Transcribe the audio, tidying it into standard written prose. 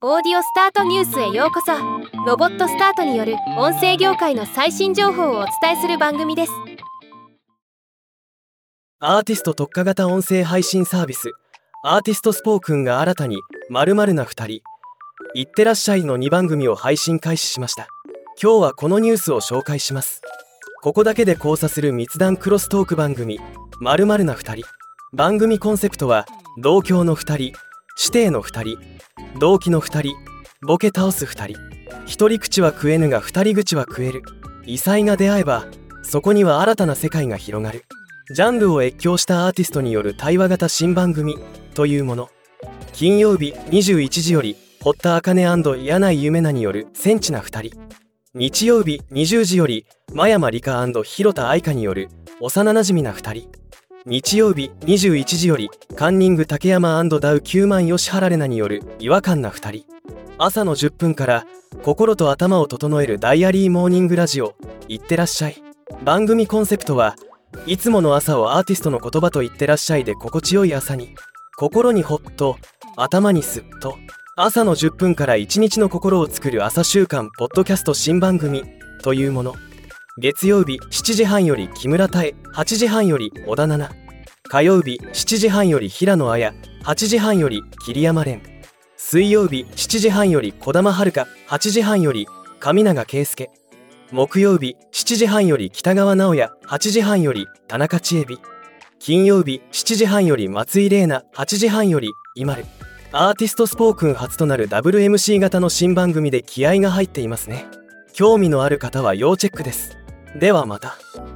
オーディオスタートニュースへようこそ。ロボットスタートによる音声業界の最新情報をお伝えする番組です。 アーティスト特化型音声配信サービスアーティストスポークンが新たに〇〇な2人いってらっしゃいの2番組を配信開始しました。今日はこのニュースを紹介します。ここだけで交差する密談クロストーク番組〇〇な2人。番組コンセプトは同郷の2人、師弟の2人、同期の2人、ボケ倒す2人。一人口は食えぬが二人口は食える。異彩が出会えばそこには新たな世界が広がる。ジャンルを越境したアーティストによる対話型新番組というもの。金曜日21時より堀田茜&柳井夢菜によるセンチな2人。日曜日20時より真山里香&広田愛香による幼なじみな2人。日曜日21時よりカンニング竹山&ダウ9万吉原玲奈による違和感な2人。朝の10分から心と頭を整えるダイアリーモーニングラジオいってらっしゃい。番組コンセプトはいつもの朝をアーティストの言葉といってらっしゃいで心地よい朝に、心にほっと頭にすっと。朝の10分から1日の心を作る朝習慣ポッドキャスト新番組というもの。月曜日7時半より木村多江、8時半より小田奈々。火曜日7時半より平野綾、8時半より桐山蓮。水曜日7時半より児玉遥香、8時半より上永圭介。木曜日7時半より北川直也、8時半より田中千恵美。金曜日7時半より松井玲奈、8時半より今る。アーティストスポークン初となる WMC 型の新番組で気合が入っていますね。興味のある方は要チェックです。ではまた。